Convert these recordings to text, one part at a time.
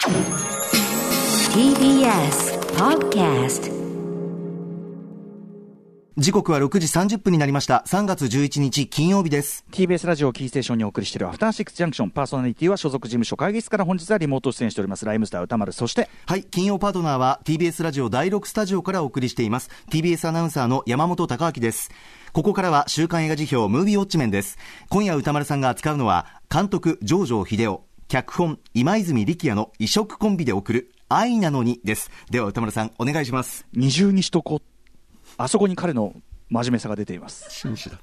TBS Podcast。 時刻は6時30分になりました。3月11日金曜日です。 TBS ラジオキーステーションにお送りしているアフターシックスジャンクション、パーソナリティは所属事務所会議室から本日はリモート出演しておりますライムスター歌丸、そしてはい、金曜パートナーは TBS ラジオ第6スタジオからお送りしています TBS アナウンサーの山本貴明です。ここからは週刊映画辞表ムービーウォッチメンです。今夜歌丸さんが扱うのは監督城城秀夫、脚本今泉力也の異色コンビで送る愛なのにです。では歌丸さんお願いします。 二重にしとこ、あそこに彼の真面目さが出ています。 紳士だった。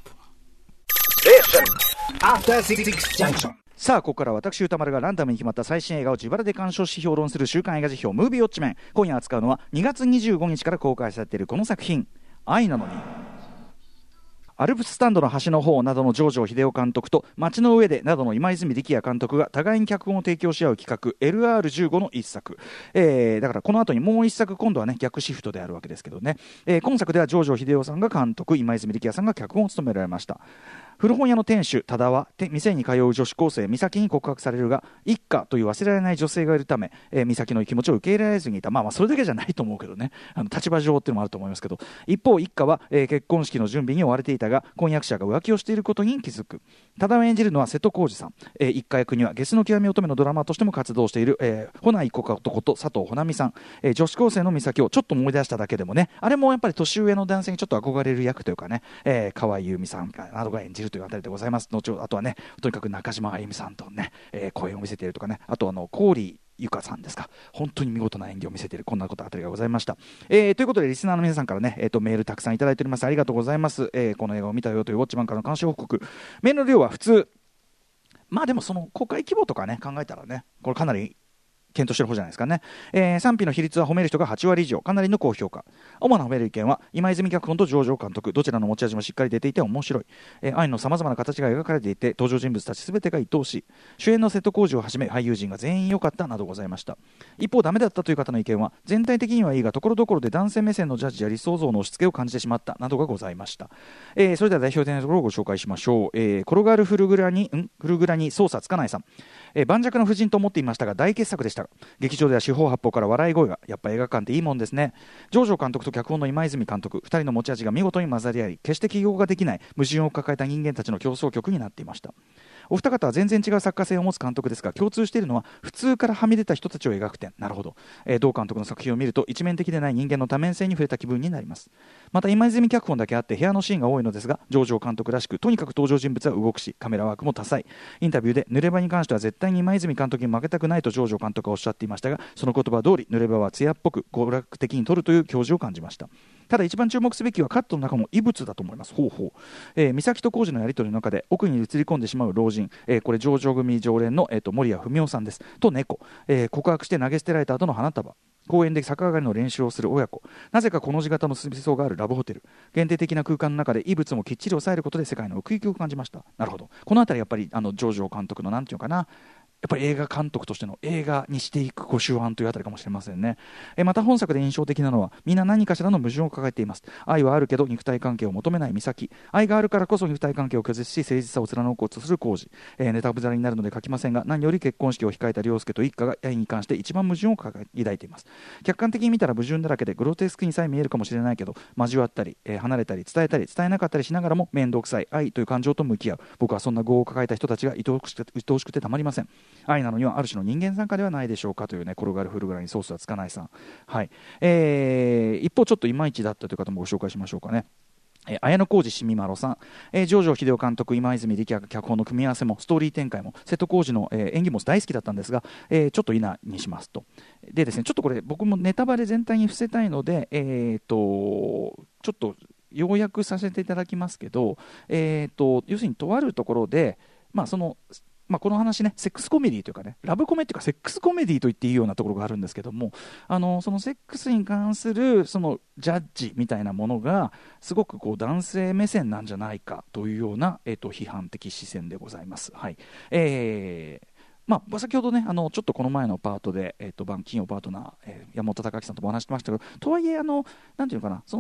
さあここから私歌丸がランダムに決まった最新映画を自腹で鑑賞し評論する週刊映画辞表ムービーウォッチメン。今夜扱うのは2月25日から公開されているこの作品、愛なのに。アルプススタンドの端の方などの城城秀夫監督と街の上でなどの今泉力也監督が互いに脚本を提供し合う企画 LR15 の一作、だからこの後にもう一作今度はね逆シフトであるわけですけどね、今作では城城秀夫さんが監督、今泉力也さんが脚本を務められました。古本屋の店主多田は店に通う女子高生美咲に告白されるが、一家という忘れられない女性がいるため、美咲の気持ちを受け入れられずにいた。まあそれだけじゃないと思うけどね、立場上っていうのもあると思いますけど、一方一家は、結婚式の準備に追われていたが婚約者が浮気をしていることに気づく。多田を演じるのは瀬戸康史さん、一家役にはゲスの極み乙女のドラマーとしても活動している、穂内子男と佐藤穂波さん、女子高生の美咲をちょっと思い出しただけでもね、あれもやっぱり年上の男性にちょっと憧れる役というかね、河合優美さんなどが演じるというあたりでございます。あとはね、とにかく中島あゆみさんとね、声を見せているとかね、あと郡ゆかさんですか、本当に見事な演技を見せている、こんなことあたりがございました。ということでリスナーの皆さんからね、メールたくさんいただいております。ありがとうございます。この映画を見たよというウォッチマンからの監視報告、メールの量は普通、まあでもその公開規模とかね考えたらね、これかなり検討してる方じゃないですかね。賛否の比率は褒める人が8割以上、かなりの高評価。主な褒める意見は今泉脚本と城城監督、どちらの持ち味もしっかり出ていて面白い、愛のさまざまな形が描かれていて登場人物たち全てが愛おしい、主演の瀬戸康史をはじめ俳優陣が全員良かったなどございました。一方ダメだったという方の意見は、全体的にはいいがところどころで男性目線のジャッジや理想像の押し付けを感じてしまったなどがございました。それでは代表的なところをご紹介しましょう。転がるフルグラに操作つかないさん、盤石の夫人と思っていましたが大傑作でしたが、劇場では四方八方から笑い声が、やっぱ映画館っていいもんですね。城城監督と脚本の今泉監督、2人の持ち味が見事に混ざり合い、決して起業ができない矛盾を抱えた人間たちの競争曲になっていました。お二方は全然違う作家性を持つ監督ですが、共通しているのは普通からはみ出た人たちを描く点。なるほど、同監督の作品を見ると一面的でない人間の多面性に触れた気分になります。また今泉脚本だけあって部屋のシーンが多いのですが、城城監督らしくとにかく登場人物は動くし、カメラワークも多彩。インタビューで濡れ場に関しては絶対に今泉監督に負けたくないと城城監督がおっしゃっていましたが、その言葉通り濡れ場は艶っぽく娯楽的に撮るという教示を感じました。ただ一番注目すべきはカットの中の異物だと思います。美咲と浩二のやり取りの中で奥に映り込んでしまう老人、これ上場組常連の、森谷文夫さんですと猫、告白して投げ捨てられた後の花束、公園で逆上がりの練習をする親子、なぜかこの字型の水槽があるラブホテル、限定的な空間の中で異物もきっちり抑えることで世界の奥行きを感じました。なるほど、このあたりやっぱり城城監督のなんていうかな、やっぱり映画監督としての映画にしていくご手腕というあたりかもしれませんね。また本作で印象的なのは、みんな何かしらの矛盾を抱えています。愛はあるけど肉体関係を求めない美咲、愛があるからこそ肉体関係を拒絶し誠実さを貫こうとする浩二、ネタぶざりになるので書きませんが、何より結婚式を控えた凌介と一家が愛に関して一番矛盾を抱いています。客観的に見たら矛盾だらけでグロテスクにさえ見えるかもしれないけど、交わったり、離れたり伝えたり伝えなかったりしながらも面倒くさい愛という感情と向き合う、僕はそんな業を抱えた人たちが愛おしくてたまりません。愛なのにはある種の人間参加ではないでしょうかというね、転がるフルグラにソースはつかないさん、はい。一方ちょっといまいちだったという方もご紹介しましょうかね。綾小路しみまろさん、城城秀夫監督、今泉力也脚本の組み合わせもストーリー展開も瀬戸康史の、演技も大好きだったんですが、ちょっといなにしますと。でですね、ちょっとこれ僕もネタバレ全体に伏せたいので、ちょっと要約させていただきますけど、要するにとあるところで、この話ね、セックスコメディというかね、ラブコメっていうかセックスコメディと言っていいようなところがあるんですけども、そのセックスに関するそのジャッジみたいなものがすごくこう男性目線なんじゃないかというような、批判的視線でございます。はい。先ほどね、ちょっとこの前のパートで、金曜パートナー、山本貴明さんともお話してましたけど、とはいえなんていうのかな、そのセッ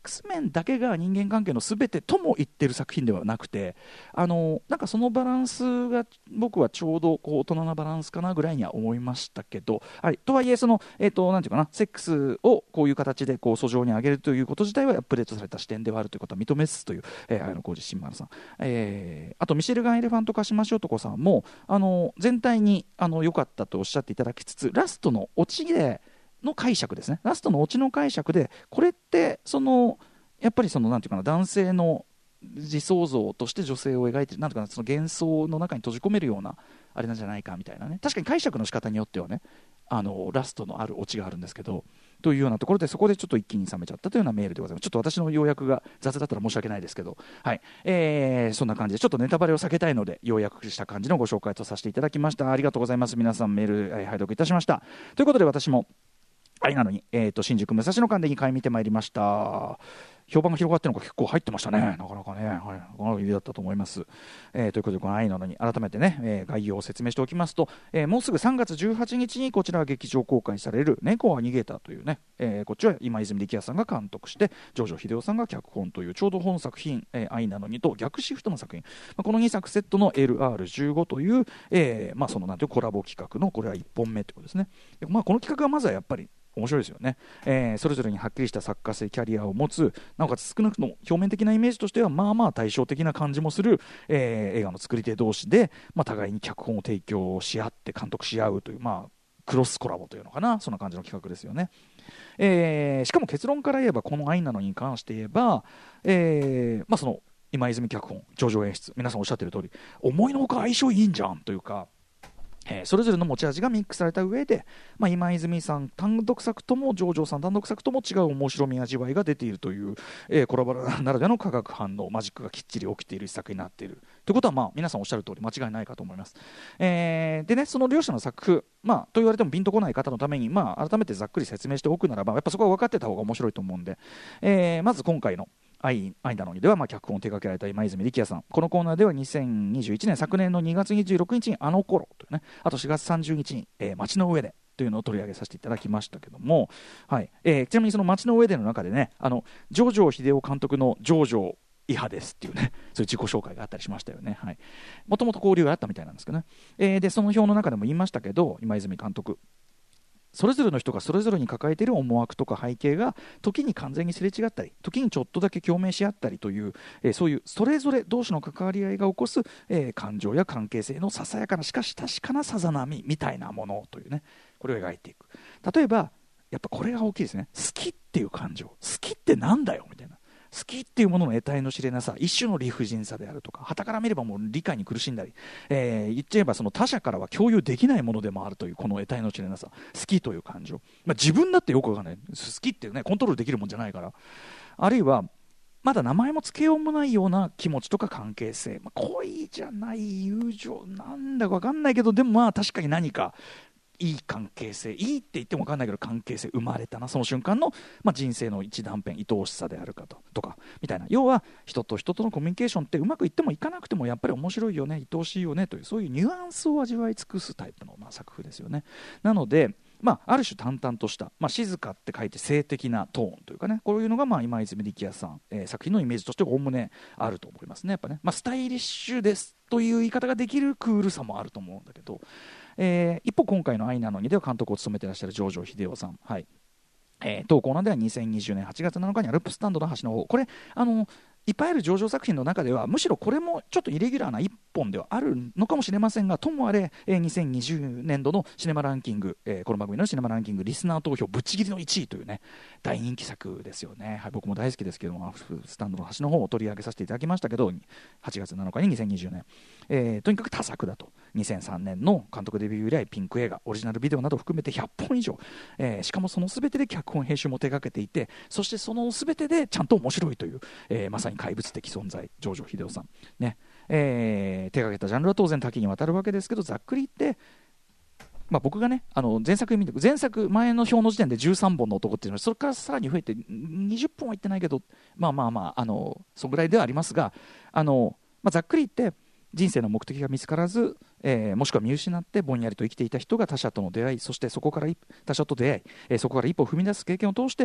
X メンだけが人間関係の全てとも言ってる作品ではなくて、なんかそのバランスが僕はちょうどこう大人なバランスかなぐらいには思いましたけど、はい、とはいえその、なんていうかな、セックスをこういう形でこう訴状に上げるということ自体はアップデートされた視点ではあるということは認めつつという、綾小路新丸さん、あとミシェルガン・エレファントカシマシ男さんも全体に良かったとおっしゃっていただきつつ、ラストのオチでの解釈ですね、ラストのオチの解釈でこれってやっぱりなんていうかな、男性の自創造として女性を描いてる、なんとかな、その幻想の中に閉じ込めるようなあれなんじゃないかみたいなね、確かに解釈の仕方によってはね、ラストのあるオチがあるんですけど、というようなところでそこでちょっと一気に冷めちゃったというようなメールでございます。ちょっと私の要約が雑だったら申し訳ないですけど、はい、そんな感じでちょっとネタバレを避けたいので要約した感じのご紹介とさせていただきました。ありがとうございます。皆さんメール、拝読いたしました。ということで私も愛なのに、新宿武蔵野間で2回見てまいりました。評判が広がってるのが結構入ってましたね、なかなかね、はい、この指だったと思います。ということで、この愛なのに改めてね、概要を説明しておきますと、もうすぐ3月18日にこちらは劇場公開される猫は逃げたというね、こっちは今泉力也さんが監督して城城秀夫さんが脚本というちょうど本作品、愛なのにと逆シフトの作品、この2作セットの LR15 という、そのなんていうコラボ企画のこれは1本目ということですね。この企画はまずはやっぱり面白いですよね。それぞれにはっきりした作家性キャリアを持つ、なおかつ少なくとも表面的なイメージとしてはまあまあ対照的な感じもする、映画の作り手同士で、互いに脚本を提供し合って監督し合うという、クロスコラボというのかな、そんな感じの企画ですよね。しかも結論から言えばこの愛なのに関して言えば、その今泉脚本上場演出、皆さんおっしゃってる通り思いのほか相性いいんじゃんというか、それぞれの持ち味がミックスされた上で、今泉さん単独作とも上場さん単独作とも違う面白み味わいが出ているという、コラボならではの化学反応マジックがきっちり起きている一作になっているということは、皆さんおっしゃる通り間違いないかと思います。でね、その両者の作風、と言われてもピンとこない方のために、改めてざっくり説明しておくならば、やっぱそこは分かってた方が面白いと思うんで、まず今回の愛なのにでは、脚本を手掛けられた今泉力也さん、このコーナーでは2021年昨年の2月26日にあの頃というね、あと4月30日に、街の上でというのを取り上げさせていただきましたけども、はい、ちなみにその街の上での中でね、城城秀夫監督の城城イハですっていうね、そういう自己紹介があったりしましたよね。もともと交流があったみたいなんですけどね、でその表の中でも言いましたけど、今泉監督、それぞれの人がそれぞれに抱えている思惑とか背景が時に完全にすれ違ったり、時にちょっとだけ共鳴し合ったりという、そういうそれぞれ同士の関わり合いが起こす、感情や関係性のささやかなしかし確かなさざ波みたいなものというね、これを描いていく。例えばやっぱこれが大きいですね。好きっていう感情、好きってなんだよみたいな、好きっていうものの得体の知れなさ、一種の理不尽さであるとか、傍から見ればもう理解に苦しんだり、言っちゃえばその他者からは共有できないものでもあるというこの得体の知れなさ、好きという感情、自分だってよくわかんない、好きっていうねコントロールできるもんじゃないから、あるいはまだ名前も付けようもないような気持ちとか関係性、恋じゃない友情なんだかわかんないけど、でも確かに何かいい関係性、いいって言っても分かんないけど関係性生まれたな、その瞬間の、人生の一断片、愛おしさであるかとかみたいな、要は人と人とのコミュニケーションってうまくいってもいかなくてもやっぱり面白いよね、愛おしいよねという、そういうニュアンスを味わい尽くすタイプの、作風ですよね。なのである種淡々とした、静かって書いて静的なトーンというかね、こういうのが今泉力也さん、作品のイメージとしておおむねあると思いますね。やっぱね、スタイリッシュですという言い方ができるクールさもあると思うんだけど、一方今回の愛なのにでは監督を務めていらっしゃる城城秀夫さん、当コーナーでは2020年8月7日にアルプススタンドの端の方、これいっぱいある上場作品の中ではむしろこれもちょっとイレギュラーな一本ではあるのかもしれませんが、ともあれ、2020年度のシネマランキング、この番組のシネマランキングリスナー投票ぶっちぎりの1位というね、大人気作ですよね。僕も大好きですけども、スタンドの端の方を取り上げさせていただきましたけど、8月7日に2020年、とにかく多作だと。2003年の監督デビュー以来ピンク映画、オリジナルビデオなど含めて100本以上、しかもその全てで脚本編集も手掛けていて、そしてその全てでちゃんと面白いという、まさに怪物的存在、城城秀夫さんね。手掛けたジャンルは当然多岐にわたるわけですけど、ざっくり言って、僕がね前作見て、前作前の表の時点で13本の男っていうのは、それからさらに増えて20本はいってないけど、そのぐらいではありますが、ざっくり言って人生の目的が見つからず、もしくは見失ってぼんやりと生きていた人が他者との出会い、そしてそこから他者と出会い、そこから一歩踏み出す経験を通して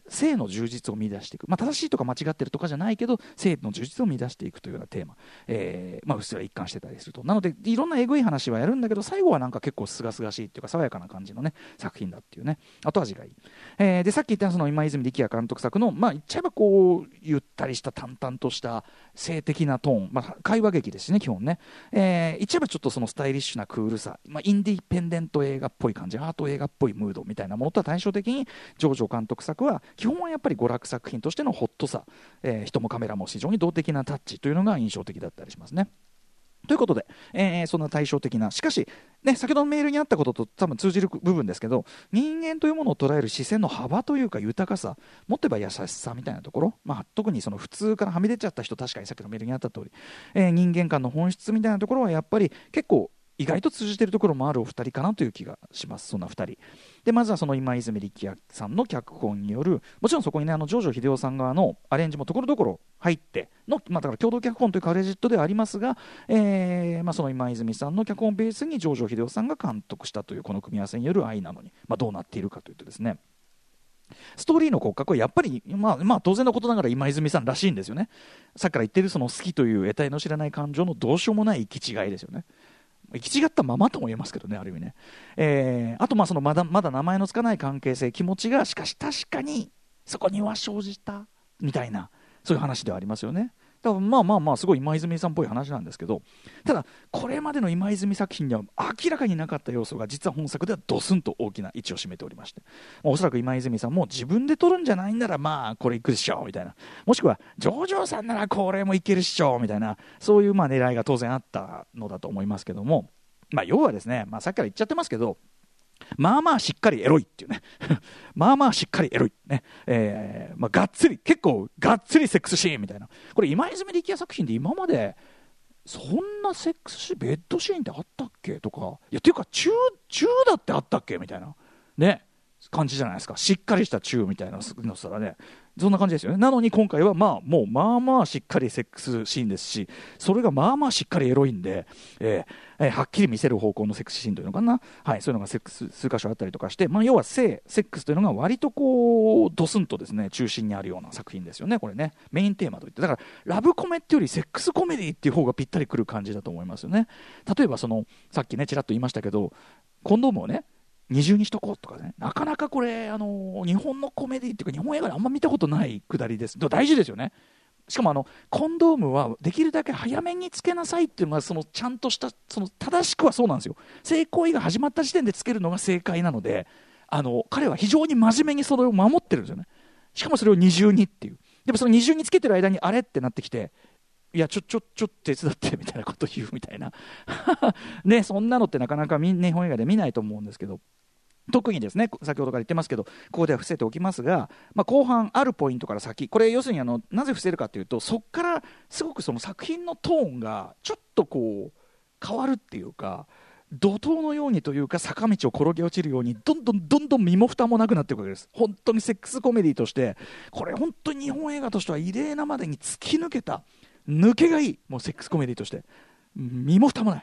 性の充実を見出していく、正しいとか間違ってるとかじゃないけど性の充実を見出していくというようなテーマ、うっすら一貫してたりすると。なのでいろんなえぐい話はやるんだけど最後はなんか結構すがすがしいっていうか爽やかな感じのね作品だっていうね後味がいい。でさっき言ったその今泉力也監督作の言っちゃえばこうゆったりした淡々とした性的なトーン、会話劇ですしね基本ね、言っちゃえばちょっとそのスタイリッシュなクールさ、インディペンデント映画っぽい感じ、アート映画っぽいムードみたいなものとは対照的にジョジョ監督作は基本はやっぱり娯楽作品としてのホットさ、人もカメラも非常に動的なタッチというのが印象的だったりしますね。ということで、そんな対照的なしかし、先ほどのメールにあったことと多分通じる部分ですけど人間というものを捉える視線の幅というか豊かさもっと言えば優しさみたいなところ、特にその普通からはみ出ちゃった人確かにさっきのメールにあった通り、人間観の本質みたいなところはやっぱり結構意外と通じているところもあるお二人かなという気がします。そんな二人でまずはその今泉力也さんの脚本によるもちろんそこにねジョジョ秀夫さん側のアレンジもところどころ入っての、だから共同脚本というかクレジットではありますが、その今泉さんの脚本ベースにジョジョ秀夫さんが監督したというこの組み合わせによる愛なのに、どうなっているかというとですねストーリーの骨格はやっぱり、当然のことながら今泉さんらしいんですよね。さっきから言ってるその好きという得体の知らない感情のどうしようもない行き違いですよね。行き違ったままとも言えますけどねある意味ね、あとそのまだ名前のつかない関係性気持ちがしかし確かにそこには生じたみたいなそういう話ではありますよね。だからすごい今泉さんっぽい話なんですけどただこれまでの今泉作品には明らかになかった要素が実は本作ではドスンと大きな位置を占めておりまして、おそらく今泉さんも自分で撮るんじゃないんならこれいくでしょみたいなもしくはジョジョさんならこれもいけるっしょみたいなそういう狙いが当然あったのだと思いますけども、要はですね、さっきから言っちゃってますけどしっかりエロいっていうねしっかりエロいね、がっつり結構がっつりセックスシーンみたいなこれ今泉力也作品で今までそんなセックスシーンベッドシーンってあったっけとかっていうかチューだってあったっけみたいなね感じじゃないですか。しっかりしたチューみたいなのしたらねそんな感じですよね。なのに今回はもうしっかりセックスシーンですしそれがしっかりエロいんで、はっきり見せる方向のセックスシーンというのかな、そういうのが数箇所あったりとかして、要はセックスというのが割とこうドスンとですね中心にあるような作品ですよね。これねメインテーマといってだからラブコメっていうよりセックスコメディっていう方がぴったりくる感じだと思いますよね。例えばさっきねちらっと言いましたけどコンドームをね二重にしとこうとかねなかなかこれ日本のコメディっていうか日本映画であんま見たことないくだりです。大事ですよね。しかもコンドームはできるだけ早めにつけなさいっていうのがちゃんとした正しくはそうなんですよ。性行為が始まった時点でつけるのが正解なので彼は非常に真面目にそれを守ってるんですよね。しかもそれを二重にっていうでもその二重につけてる間にあれってなってきていやちょ手伝ってみたいなこと言うみたいなねそんなのってなかなか日本映画で見ないと思うんですけど特にですね先ほどから言ってますけどここでは伏せておきますが、後半あるポイントから先これ要するになぜ伏せるかというとそこからすごくその作品のトーンがちょっとこう変わるっていうか怒涛のようにというか坂道を転げ落ちるようにどんどん身も蓋もなくなっていくわけです。本当にセックスコメディとしてこれ本当に日本映画としては異例なまでに突き抜けた抜けがいいもうセックスコメディとして身も蓋もない、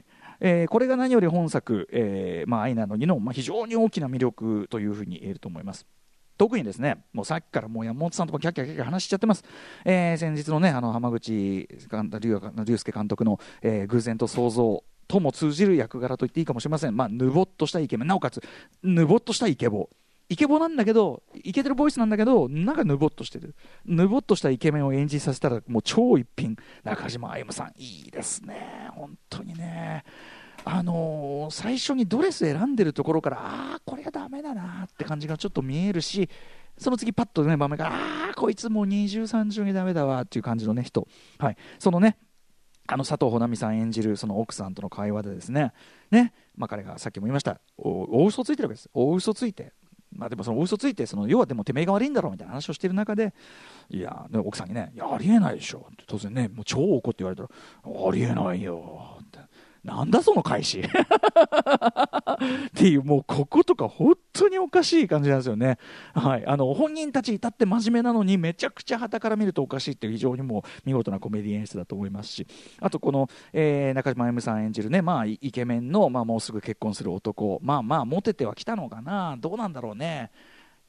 これが何より本作、愛なのにの、非常に大きな魅力というふうに言えると思います。特にですねもうさっきからもう山本さんともキャッキャ話しちゃってます、先日のね浜口竜介監督の、偶然と想像とも通じる役柄と言っていいかもしれません。ぬぼっとしたイケメンなおかつぬぼっとしたイケボなんだけどイケてるボイスなんだけどなんかぬぼっとしてるぬぼっとしたイケメンを演じさせたらもう超一品中島歩夢さんいいですね本当にね。最初にドレス選んでるところからこれはダメだなって感じがちょっと見えるしその次パッとね場面からこいつもう20、30にダメだわっていう感じのね人、そのね佐藤穂波さん演じるその奥さんとの会話でですね彼がさっきも言いました大嘘ついてるわけです。大嘘ついてでもその大嘘ついて要はでもてめえが悪いんだろうみたいな話をしている中でいや奥さんにねいやありえないでしょって当然ねもう超怒って言われたらありえないよってなんだその返しっていうもうこことか本当におかしい感じなんですよね。本人たち至って真面目なのにめちゃくちゃ傍から見るとおかしいっていう非常にもう見事なコメディ演出だと思いますしあとこの、中島歩夢さん演じるねイケメンの、もうすぐ結婚する男モテてはきたのかなどうなんだろうね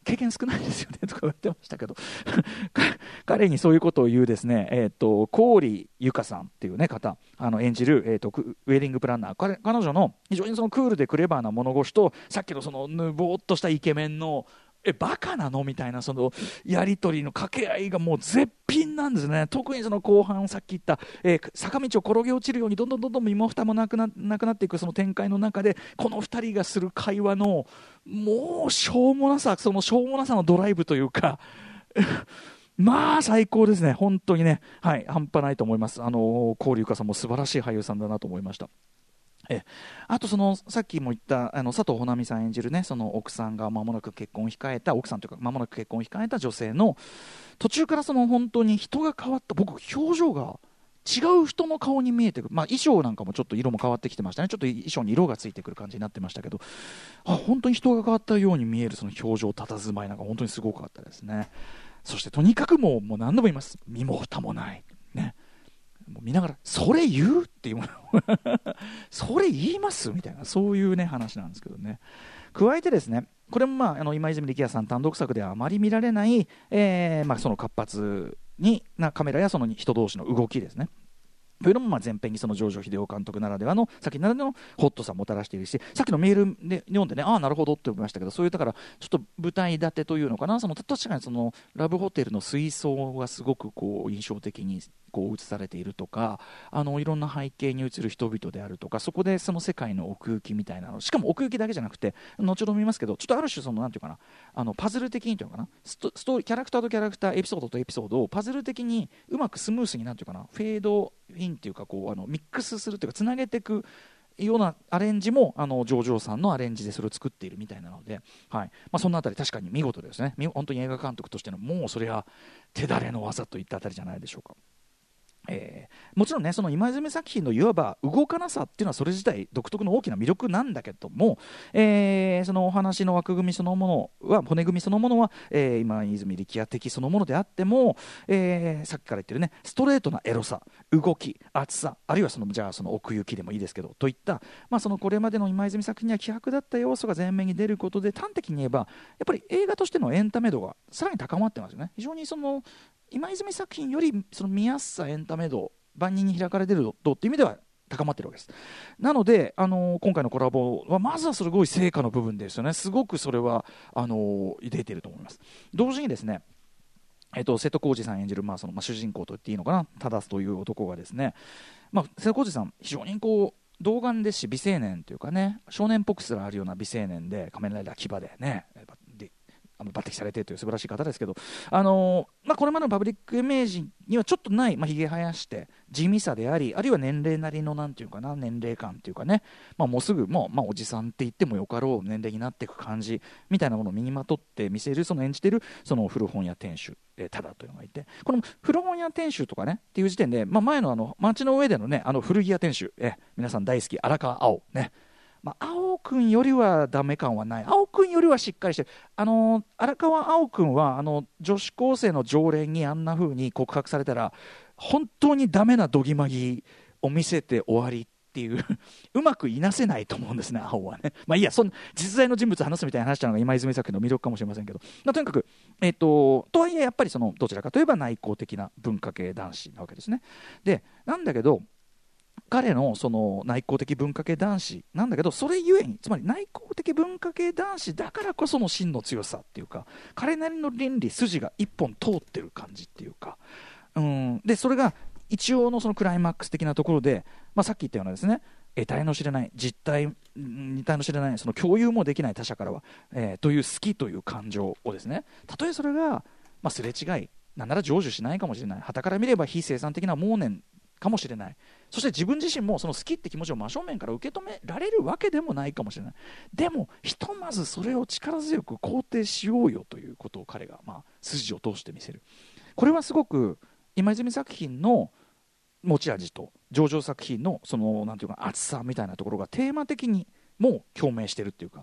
経験少ないですよねとか言ってましたけど彼にそういうことを言うですね、郡由香さんっていう、ね、方演じる、ウェディングプランナー、彼女の非常にそのクールでクレバーな物腰と、さっきのそのぬぼーっとしたイケメンのバカなのみたいなそのやり取りの掛け合いがもう絶品なんですね。特にその後半、さっき言った、坂道を転げ落ちるようにどんどん身も蓋もなくなっていくその展開の中で、この2人がする会話のもうしょうもなさのドライブというかまあ最高ですね、本当にね、はい、半端ないと思います。郡由香さんも素晴らしい俳優さんだなと思いました。あとさっきも言った佐藤穂波さん演じるね、その奥さんが間もなく結婚を控えた奥さんというか間もなく結婚を控えた女性の途中からその本当に人が変わった、僕表情が違う人の顔に見えてくる、衣装なんかもちょっと色も変わってきてましたね。ちょっと衣装に色がついてくる感じになってましたけど、本当に人が変わったように見えるその表情、佇まいなんか本当にすごかったですね。そしてとにかくもう何度も言います、身も蓋もないね、もう見ながらそれ言うっていうそれ言いますみたいな、そういうね話なんですけどね。加えてですね、これも今泉力也さん単独作ではあまり見られない、その活発なカメラやその人同士の動きですね。というのも前編にその城場秀夫監督ならではのさっきならではのホットさもたらしているし、さっきのメールで読んでね、なるほどって思いましたけど、そういうだからちょっと舞台立てというのかな、確かにそのラブホテルの水槽がすごくこう印象的にこう映されているとか、いろんな背景に映る人々であるとか、そこでその世界の奥行きみたいなの、しかも奥行きだけじゃなくて後ほど見ますけど、ちょっとある種そのなんていうかな、パズル的にというのかな、ストーリーキャラクターとキャラクター、エピソードとエピソードをパズル的にうまくスムースになんていうかな、フェードインっていうかこうミックスするというかつなげていくようなアレンジもジョージョーさんのアレンジでそれを作っているみたいなので、はい、そのあたり確かに見事ですね。本当に映画監督としてのもうそれは手だれの技といったあたりじゃないでしょうか。もちろんね、その今泉作品のいわば動かなさっていうのはそれ自体独特の大きな魅力なんだけども、そのお話の枠組みそのものは、骨組みそのものは、今泉力也的そのものであっても、さっきから言ってるね、ストレートなエロさ、動き、厚さ、あるいはその奥行きでもいいですけどといった、そのこれまでの今泉作品には希薄だった要素が前面に出ることで、端的に言えばやっぱり映画としてのエンタメ度がさらに高まってますよね。非常にその今泉作品よりその見やすさ、エンタメ度、万人に開かれている度っていう意味では高まっているわけです。なので今回のコラボはまずはすごい成果の部分ですよね。すごくそれは出ていると思います。同時にですね、瀬戸康史さん演じる、主人公と言っていいのかな、忠という男がですね、瀬戸康史さん非常にこう童顔ですし美青年というかね、少年っぽくすらあるような美青年で、仮面ライダー牙でね抜擢されてという素晴らしい方ですけど、これまでのパブリックイメージにはちょっとない、ひげ生やして地味さであり、あるいは年齢なりのなんていうかな、年齢感というかね、もうすぐおじさんって言ってもよかろう年齢になっていく感じみたいなものを身にまとって見せる、その演じているその古本屋店主タダというのがいて、この古本屋店主とかねっていう時点で、前の街の上でのね、古着屋店主、皆さん大好き荒川青ね、青くんよりはダメ感はない、青くんよりはしっかりしてる。荒川青くんは女子高生の常連にあんな風に告白されたら本当にダメなどぎまぎを見せて終わりっていううまくいなせないと思うんですね、青はね。いいや、そん実在の人物話すみたいな話したのが今泉作品の魅力かもしれませんけど、とにかく、とはいえやっぱりそのどちらかといえば内向的な文化系男子なわけですね。でなんだけど彼のその内向的文化系男子なんだけど、それゆえに、つまり内向的文化系男子だからこその真の強さっていうか、彼なりの倫理筋が一本通ってる感じっていうか、でそれが一応のそのクライマックス的なところで、さっき言ったようなですね、得体の知れない実体、似体の知れないその共有もできない他者からは、という好きという感情をですね、たとえそれが、すれ違いなんなら成就しないかもしれない、傍から見れば非生産的な妄念かもしれない、そして自分自身もその好きって気持ちを真正面から受け止められるわけでもないかもしれない。でもひとまずそれを力強く肯定しようよということを彼が筋を通してみせる。これはすごく今泉作品の持ち味と上場作品のそのなんていうか厚さみたいなところがテーマ的にも共鳴してるっていうか、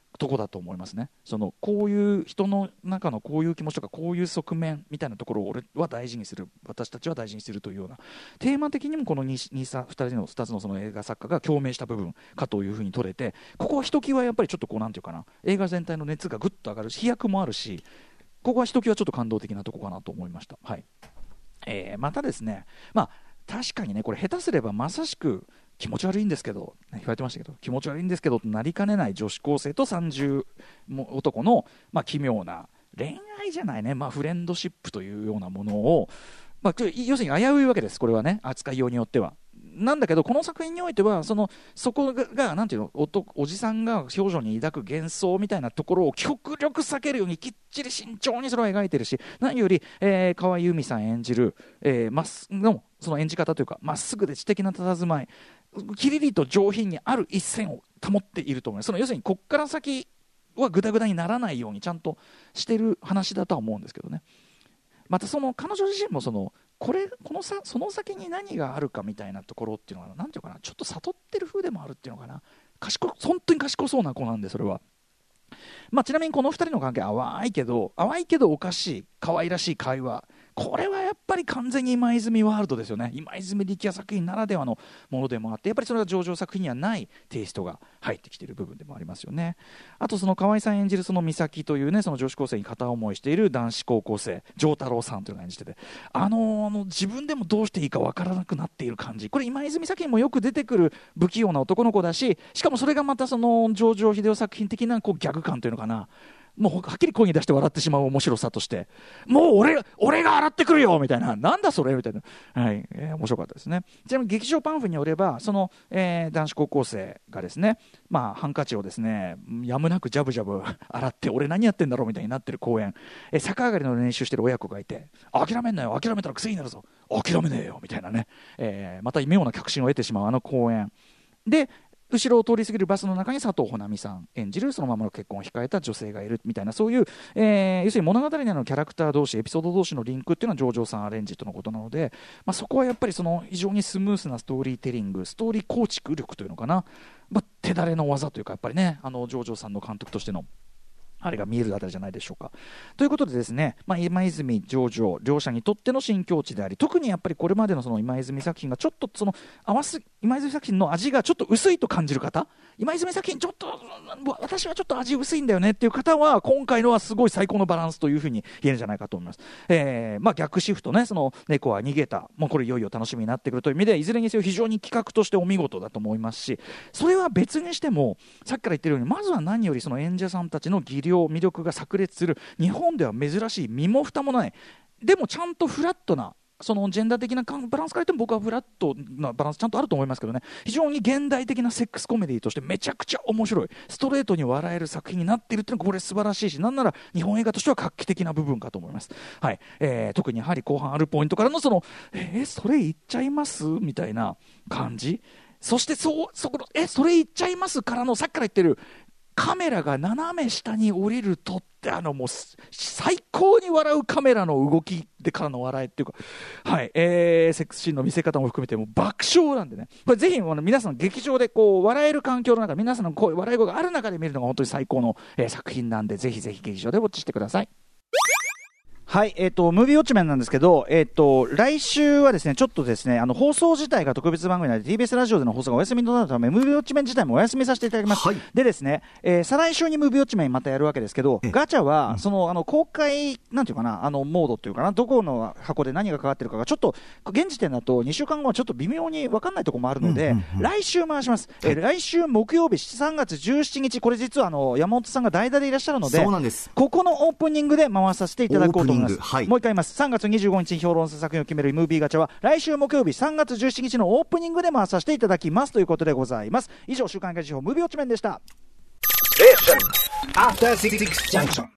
とこだと思いますね。こういう人の中のこういう気持ちとかこういう側面みたいなところを俺は大事にする、私たちは大事にするというようなテーマ的にもこの2人の2つのその映画作家が共鳴した部分かというふうに取れて、ここはひときわやっぱりちょっとこうなんていうかな、映画全体の熱がぐっと上がるし飛躍もあるし、ここはひときわちょっと感動的なとこかなと思いました。はい。またですね、確かにねこれ下手すればまさしく気持ち悪いんですけど、言われてましたけど気持ち悪いんですけどとなりかねない女子高生と30男の、奇妙な恋愛じゃないね、フレンドシップというようなものを、要するに危ういわけです、これはね、扱いようによっては。なんだけどこの作品においてはそこがなんていうの、おじさんが少女に抱く幻想みたいなところを極力避けるようにきっちり慎重にそれを描いてるし、何より河合由美さん演じる、のその演じ方というかまっすぐで知的な佇まい、きりりと上品にある一線を保っていると思います。要するにこっから先はグダグダにならないようにちゃんとしてる話だとは思うんですけどね。また彼女自身もその先に何があるかみたいなところっていうのはなんていうかな、ちょっと悟ってる風でもあるっていうのかな、本当に賢そうな子なんで、それはちなみにこの2人の関係淡いけどおかしい可愛らしい会話、これはやっぱり完全に今泉ワールドですよね。今泉力也作品ならではのものでもあって、やっぱりそれは上場作品にはないテイストが入ってきている部分でもありますよね。あとその河合さん演じるその美咲というね、その女子高生に片思いしている男子高校生丈太郎さんというのを演じてて、自分でもどうしていいか分からなくなっている感じ、これ今泉作品もよく出てくる不器用な男の子だし、しかもそれがまたその上場秀夫作品的なこうギャグ感というのかな、もうはっきり声に出して笑ってしまう面白さとして、もう俺が洗ってくるよみたいな、なんだそれみたいな、はい、面白かったですね。ちなみに劇場パンフによればその、男子高校生がですね、ハンカチをですねやむなくジャブジャブ洗って俺何やってんだろうみたいになってる公演、逆上がりの練習してる親子がいて、諦めんなよ、諦めたら癖になるぞ、諦めねえよみたいなね、また妙な確信を得てしまうあの公演で、後ろを通り過ぎるバスの中に佐藤穂波さん演じるそのままの結婚を控えた女性がいるみたいな、そういう、要するに物語にあるキャラクター同士、エピソード同士のリンクっていうのは上場さんアレンジとのことなので、そこはやっぱりその非常にスムースなストーリーテリング、ストーリー構築力というのかな、手だれの技というか、やっぱりね上場さんの監督としてのあれが見えるあたりじゃないでしょうか。ということでですね、今泉上場両者にとっての新境地であり、特にやっぱりこれまでのその今泉作品がちょっと今泉作品の味がちょっと薄いと感じる方、今泉作品ちょっと私はちょっと味薄いんだよねっていう方は、今回のはすごい最高のバランスというふうに言えるんじゃないかと思います。逆シフトね、その猫は逃げた、もうこれいよいよ楽しみになってくるという意味で、いずれにせよ非常に企画としてお見事だと思いますし、それは別にしてもさっきから言ってるように、まずは何よりその演者さんたちの技量魅力が炸裂する、日本では珍しい身も蓋もない、でもちゃんとフラットなそのジェンダー的なバランスから言っても僕はフラットなバランスちゃんとあると思いますけどね、非常に現代的なセックスコメディとしてめちゃくちゃ面白い、ストレートに笑える作品になっているっていうのはこれ素晴らしいし、なんなら日本映画としては画期的な部分かと思います。はい、特にやはり後半あるポイントからのそのそれ言っちゃいますみたいな感じ、そしてそれ言っちゃいますからのさっきから言ってるカメラが斜め下に降りるとってもう最高に笑うカメラの動きでからの笑いっていうか、はい、セックスシーンの見せ方も含めてもう爆笑なんでね、これぜひ皆さん劇場でこう笑える環境の中、皆さんのこう笑い声がある中で見るのが本当に最高の、作品なんで、ぜひぜひ劇場でウォッチしてください。はい、ムービーウォッチメンなんですけど、来週はですね、ちょっとですね、放送自体が特別番組なので TBS ラジオでの放送がお休みとなるため、ムービーウォッチメン自体もお休みさせていただきます。はい、でですね、再来週にムービーウォッチメンまたやるわけですけど、ガチャは、その、公開、なんていうかな、モードっていうかな、どこの箱で何がかかってるかが、ちょっと、現時点だと2週間後はちょっと微妙に分かんないところもあるので、来週回します。来週木曜日3月17日、これ実は山本さんが代打でいらっしゃるので、 そうなんです。 ここのオープニングで回させていただこうと思います。 はい、 もう一回3月25日に評論する作品を決めるムービーガチャは来週木曜日3月17日のオープニングで回させていただきますということでございます。以上、週刊映画辞表ムービーウォッチメンでした。